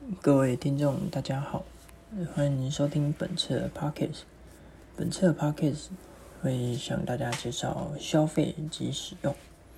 各位听众，大家好，欢迎您收听本次的 Podcast。本次的 Podcast 会向大家介绍消费及使用。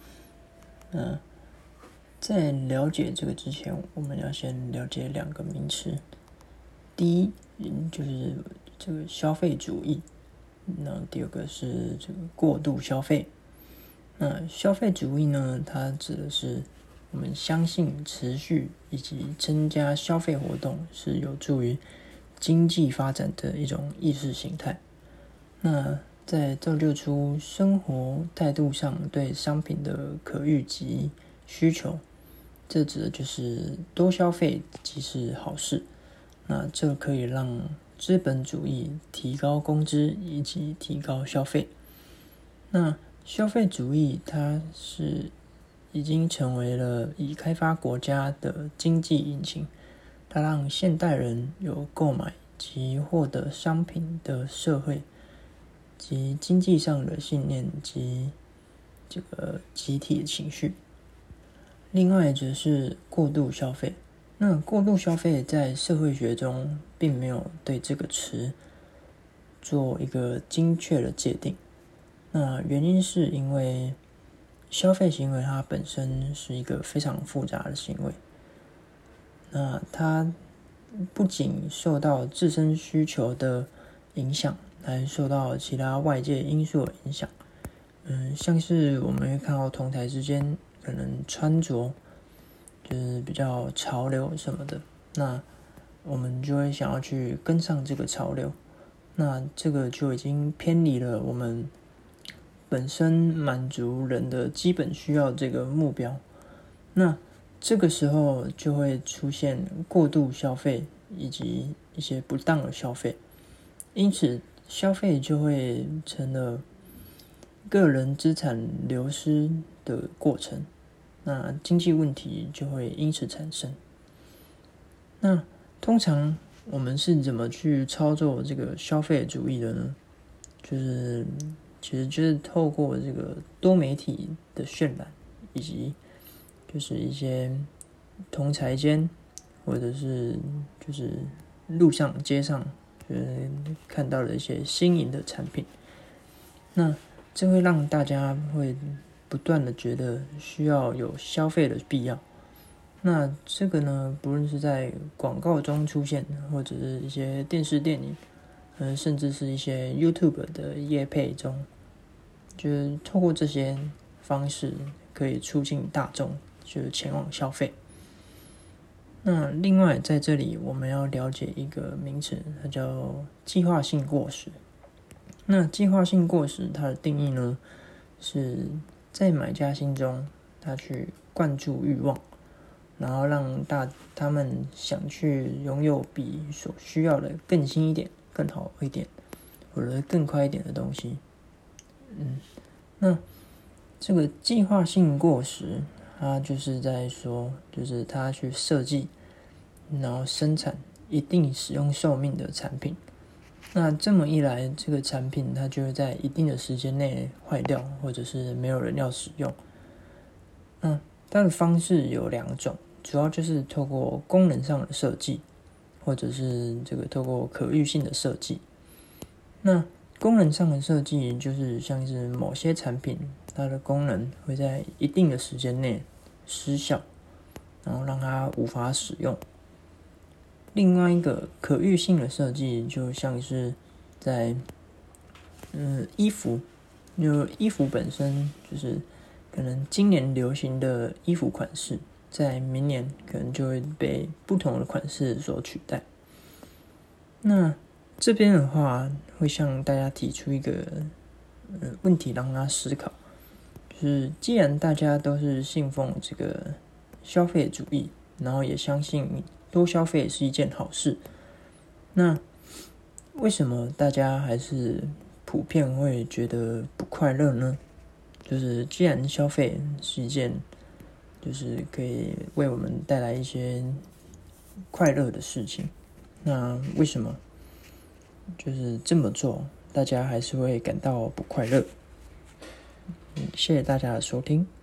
在了解这个之前，我们要先了解两个名词。第一，就是这个消费主义，那第二个是这个过度消费。那消费主义呢，它指的是我们相信持续以及增加消费活动是有助于经济发展的一种意识形态。那在造就出生活态度上对商品的可遇及需求，这指的就是多消费即是好事。那这可以让资本主义提高工资以及提高消费。那消费主义它是已经成为了已开发国家的经济引擎，它让现代人有购买及获得商品的社会及经济上的信念及这个集体的情绪。另外则是过度消费。那过度消费在社会学中并没有对这个词做一个精确的界定。那原因是因为消费行为它本身是一个非常复杂的行为，那它不仅受到自身需求的影响，还受到其他外界因素的影响。像是我们会看到同台之间可能穿着就是比较潮流什么的，那我们就会想要去跟上这个潮流，那这个就已经偏离了我们本身满足人的基本需要这个目标。那这个时候就会出现过度消费以及一些不当的消费，因此消费就会成了个人资产流失的过程，那经济问题就会因此产生。那通常我们是怎么去操作这个消费主义的呢？其实就是透过这个多媒体的渲染，以及就是一些同侪间或者是就是路上街上看到了一些新颖的产品，那这会让大家会不断的觉得需要有消费的必要。那这个呢，不论是在广告中出现，或者是一些电视电影，甚至是一些 YouTube 的业配中，就是透过这些方式可以促进大众就是前往消费。那另外在这里我们要了解一个名词，它叫计划性过时。那计划性过时它的定义呢，是在买家心中他去灌注欲望，然后让他们想去拥有比所需要的更新一点、更好一点，或者是更快一点的东西。那这个计划性过时，它就是在说，就是他去设计，然后生产一定使用寿命的产品。那这么一来，这个产品它就会在一定的时间内坏掉，或者是没有人要使用。那它的方式有两种，主要就是透过功能上的设计，或者是这个透过可遇性的设计。那功能上的设计就是像是某些产品，它的功能会在一定的时间内失效，然后让它无法使用。另外一个可遇性的设计，就像是在衣服，就衣服本身就是可能今年流行的衣服款式，在明年可能就会被不同的款式所取代。那这边的话，会向大家提出一个问题，让大家思考，就是既然大家都是信奉这个消费主义，然后也相信多消费是一件好事，那为什么大家还是普遍会觉得不快乐呢？就是既然消费是一件就是可以为我们带来一些快乐的事情，那为什么就是这么做大家还是会感到不快乐？谢谢大家的收听。